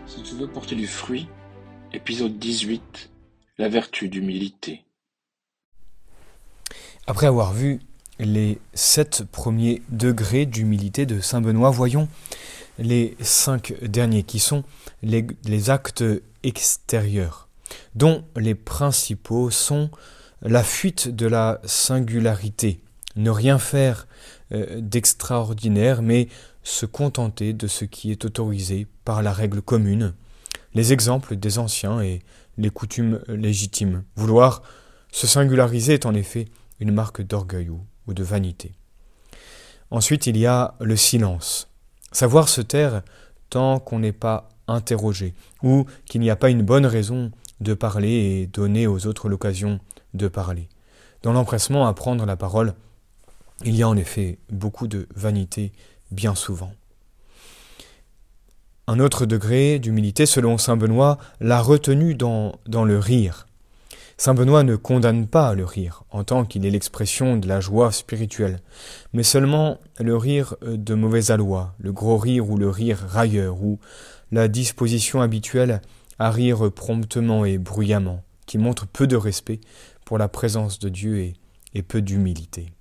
Si tu veux porter du fruit, épisode 18, la vertu d'humilité. Après avoir vu les 7 premiers degrés d'humilité de saint Benoît, voyons les 5 derniers qui sont les actes extérieurs, dont les principaux sont la fuite de la singularité, ne rien faire d'extraordinaire, mais se contenter de ce qui est autorisé par la règle commune, les exemples des anciens et les coutumes légitimes. Vouloir se singulariser est en effet une marque d'orgueil ou de vanité. Ensuite, il y a le silence. Savoir se taire tant qu'on n'est pas interrogé, ou qu'il n'y a pas une bonne raison de parler et donner aux autres l'occasion de parler. Dans l'empressement à prendre la parole, il y a en effet beaucoup de vanité bien souvent. Un autre degré d'humilité, selon saint Benoît, la retenue dans le rire. Saint Benoît ne condamne pas le rire, en tant qu'il est l'expression de la joie spirituelle, mais seulement le rire de mauvais aloi, le gros rire ou le rire railleur, ou la disposition habituelle à rire promptement et bruyamment, qui montre peu de respect pour la présence de Dieu et peu d'humilité.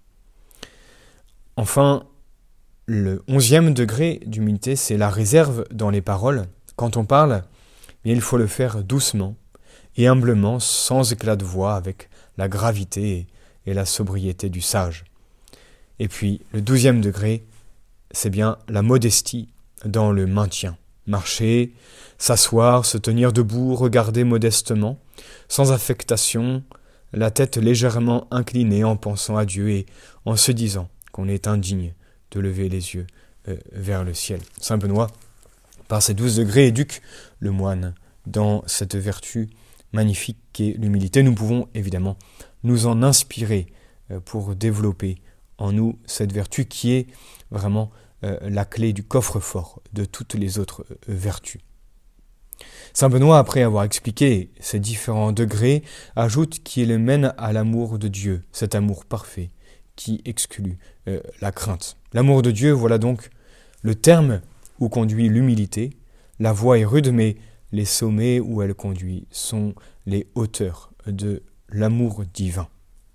Enfin, le 11e degré d'humilité, c'est la réserve dans les paroles. Quand on parle, il faut le faire doucement et humblement, sans éclat de voix, avec la gravité et la sobriété du sage. Et puis, le 12e degré, c'est bien la modestie dans le maintien. Marcher, s'asseoir, se tenir debout, regarder modestement, sans affectation, la tête légèrement inclinée en pensant à Dieu et en se disant qu'on est indigne de lever les yeux vers le ciel. Saint Benoît, par ces 12 degrés, éduque le moine dans cette vertu magnifique qu'est l'humilité. Nous pouvons évidemment nous en inspirer pour développer en nous cette vertu qui est vraiment la clé du coffre-fort de toutes les autres vertus. Saint Benoît, après avoir expliqué ces différents degrés, ajoute qu'il mène à l'amour de Dieu, cet amour parfait qui exclut la crainte. L'amour de Dieu, voilà donc le terme où conduit l'humilité. La voie est rude, mais les sommets où elle conduit sont les hauteurs de l'amour divin.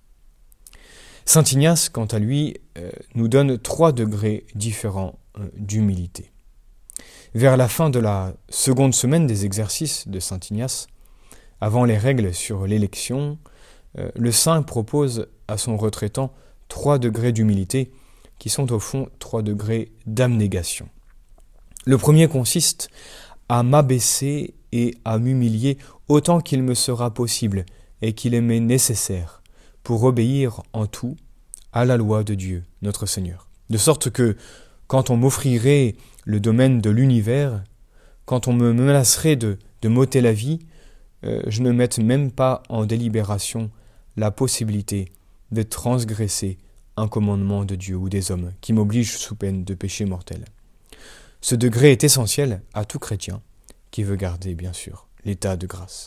Saint Ignace, quant à lui, nous donne 3 degrés différents d'humilité. Vers la fin de la seconde semaine des exercices de Saint Ignace, avant les règles sur l'élection, le saint propose à son retraitant 3 degrés d'humilité qui sont au fond 3 degrés d'abnégation. Le premier consiste à m'abaisser et à m'humilier autant qu'il me sera possible et qu'il m'est nécessaire pour obéir en tout à la loi de Dieu, notre Seigneur. De sorte que, quand on m'offrirait le domaine de l'univers, quand on me menacerait de m'ôter la vie, je ne mette même pas en délibération la possibilité de transgresser un commandement de Dieu ou des hommes qui m'oblige sous peine de péché mortel. Ce degré est essentiel à tout chrétien qui veut garder, bien sûr, l'état de grâce.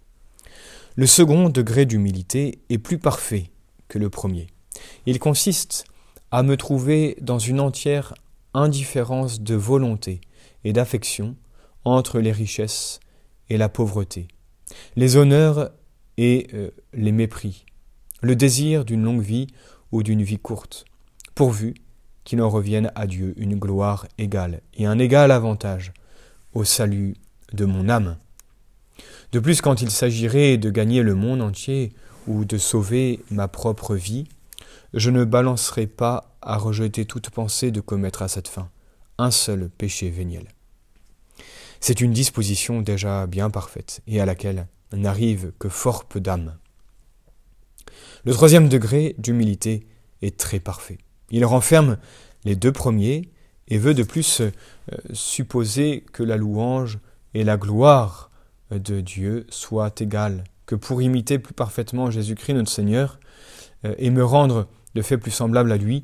Le second degré d'humilité est plus parfait que le premier. Il consiste à me trouver dans une entière indifférence de volonté et d'affection entre les richesses et la pauvreté, les honneurs et les mépris, le désir d'une longue vie ou d'une vie courte, pourvu qu'il en revienne à Dieu une gloire égale et un égal avantage au salut de mon âme. De plus, quand il s'agirait de gagner le monde entier ou de sauver ma propre vie, je ne balancerai pas à rejeter toute pensée de commettre à cette fin un seul péché véniel. C'est une disposition déjà bien parfaite et à laquelle n'arrive que fort peu d'âmes. Le 3e degré d'humilité est très parfait. Il renferme les 2 premiers et veut de plus supposer que la louange et la gloire de Dieu soient égales, que pour imiter plus parfaitement Jésus-Christ notre Seigneur et me rendre de fait plus semblable à lui,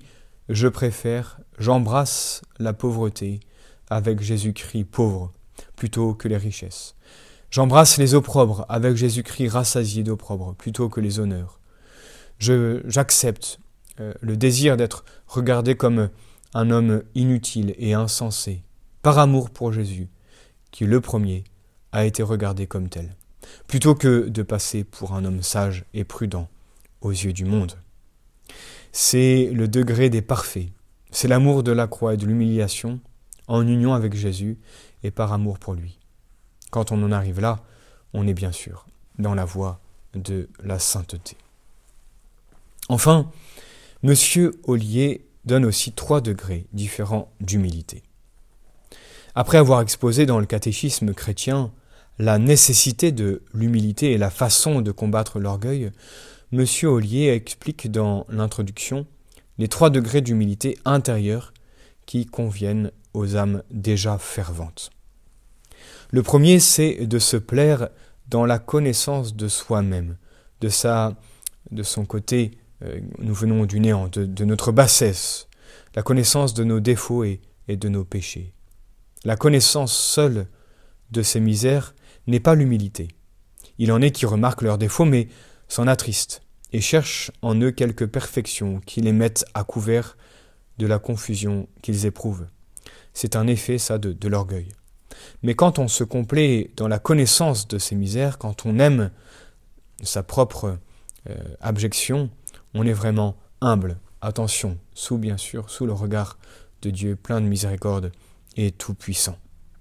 j'embrasse la pauvreté avec Jésus-Christ pauvre plutôt que les richesses. J'embrasse les opprobres avec Jésus-Christ rassasié d'opprobres plutôt que les honneurs. J'accepte le désir d'être regardé comme un homme inutile et insensé, par amour pour Jésus, qui le premier a été regardé comme tel, plutôt que de passer pour un homme sage et prudent aux yeux du monde. C'est le degré des parfaits, c'est l'amour de la croix et de l'humiliation en union avec Jésus et par amour pour lui. Quand on en arrive là, on est bien sûr dans la voie de la sainteté. Enfin, M. Ollier donne aussi 3 degrés différents d'humilité. Après avoir exposé dans le catéchisme chrétien la nécessité de l'humilité et la façon de combattre l'orgueil, M. Ollier explique dans l'introduction les 3 degrés d'humilité intérieure qui conviennent aux âmes déjà ferventes. Le premier, c'est de se plaire dans la connaissance de soi-même, de son côté, nous venons du néant, de notre bassesse, la connaissance de nos défauts et de nos péchés. La connaissance seule de ces misères n'est pas l'humilité. Il en est qui remarquent leurs défauts, mais s'en attristent et cherchent en eux quelques perfections qui les mettent à couvert de la confusion qu'ils éprouvent. C'est un effet, ça, de l'orgueil. Mais quand on se complaît dans la connaissance de ces misères, quand on aime sa propre abjection, on est vraiment humble. Attention, bien sûr, sous le regard de Dieu plein de miséricorde et tout-puissant.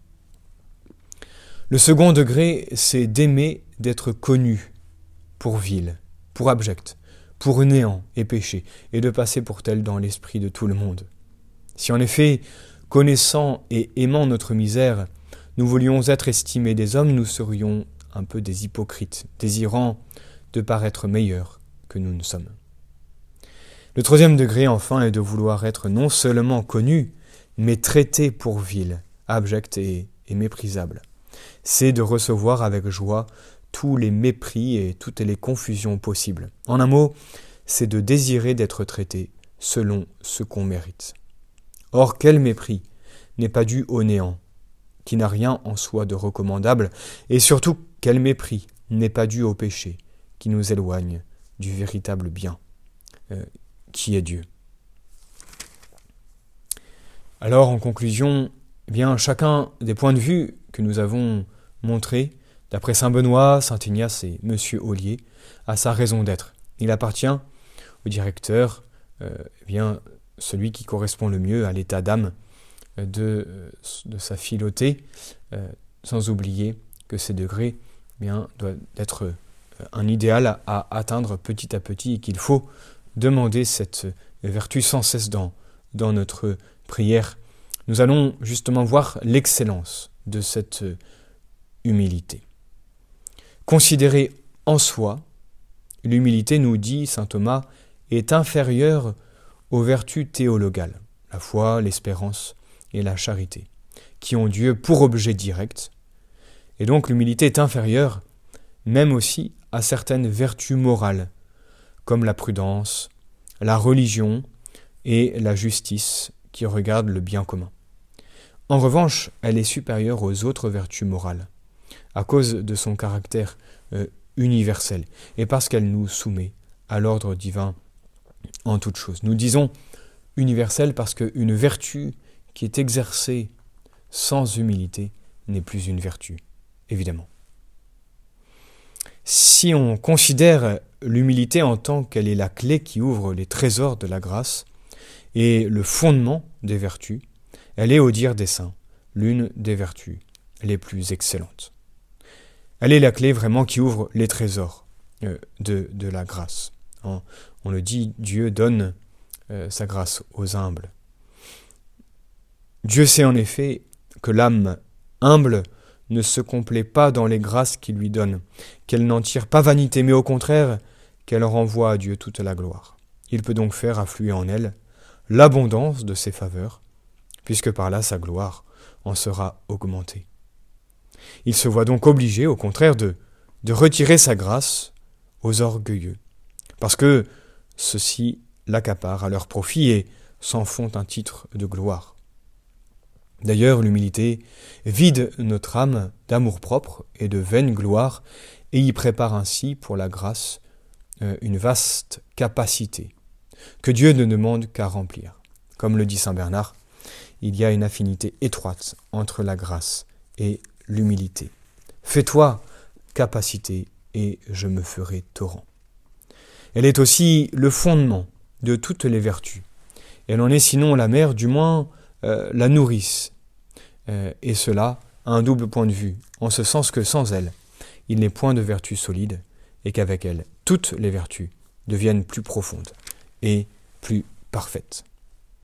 Le second degré, c'est d'aimer d'être connu pour vil, pour abject, pour néant et péché, et de passer pour tel dans l'esprit de tout le monde. Si en effet, connaissant et aimant notre misère, nous voulions être estimés des hommes, nous serions un peu des hypocrites, désirant de paraître meilleurs que nous ne sommes. Le troisième degré, enfin, est de vouloir être non seulement connu, mais traité pour vil, abject et méprisable. C'est de recevoir avec joie tous les mépris et toutes les confusions possibles. En un mot, c'est de désirer d'être traité selon ce qu'on mérite. Or, quel mépris n'est pas dû au néant, qui n'a rien en soi de recommandable, et surtout, quel mépris n'est pas dû au péché, qui nous éloigne du véritable bien, qui est Dieu. Alors, en conclusion, eh bien, chacun des points de vue que nous avons montrés, d'après saint Benoît, saint Ignace et M. Ollier, a sa raison d'être. Il appartient au directeur, celui qui correspond le mieux à l'état d'âme de sa filauté, sans oublier que ces degrés doivent être un idéal à atteindre petit à petit et qu'il faut demander cette vertu sans cesse dans notre prière. Nous allons justement voir l'excellence de cette humilité. Considérer en soi, l'humilité, nous dit saint Thomas, est inférieure aux vertus théologales, la foi, l'espérance et la charité, qui ont Dieu pour objet direct. Et donc l'humilité est inférieure même aussi à certaines vertus morales, comme la prudence, la religion et la justice, qui regardent le bien commun. En revanche, elle est supérieure aux autres vertus morales, à cause de son caractère universel, et parce qu'elle nous soumet à l'ordre divin en toutes choses. Nous disons universelle parce qu'une vertu qui est exercée sans humilité n'est plus une vertu, évidemment. Si on considère l'humilité en tant qu'elle est la clé qui ouvre les trésors de la grâce et le fondement des vertus, elle est, au dire des saints, l'une des vertus les plus excellentes. Elle est la clé vraiment qui ouvre les trésors de la grâce. On le dit, Dieu donne sa grâce aux humbles. Dieu sait en effet que l'âme humble ne se complaît pas dans les grâces qu'il lui donne, qu'elle n'en tire pas vanité, mais au contraire, qu'elle renvoie à Dieu toute la gloire. Il peut donc faire affluer en elle l'abondance de ses faveurs, puisque par là sa gloire en sera augmentée. Il se voit donc obligé, au contraire, de retirer sa grâce aux orgueilleux, parce que ceux-ci l'accaparent à leur profit et s'en font un titre de gloire. D'ailleurs, l'humilité vide notre âme d'amour-propre et de vaine gloire et y prépare ainsi pour la grâce une vaste capacité que Dieu ne demande qu'à remplir. Comme le dit saint Bernard, il y a une affinité étroite entre la grâce et l'humilité. Fais-toi capacité et je me ferai torrent. Elle est aussi le fondement de toutes les vertus. Elle en est sinon la mère, du moins la nourrice. Et cela a un double point de vue, en ce sens que sans elle, il n'est point de vertu solide, et qu'avec elle, toutes les vertus deviennent plus profondes et plus parfaites.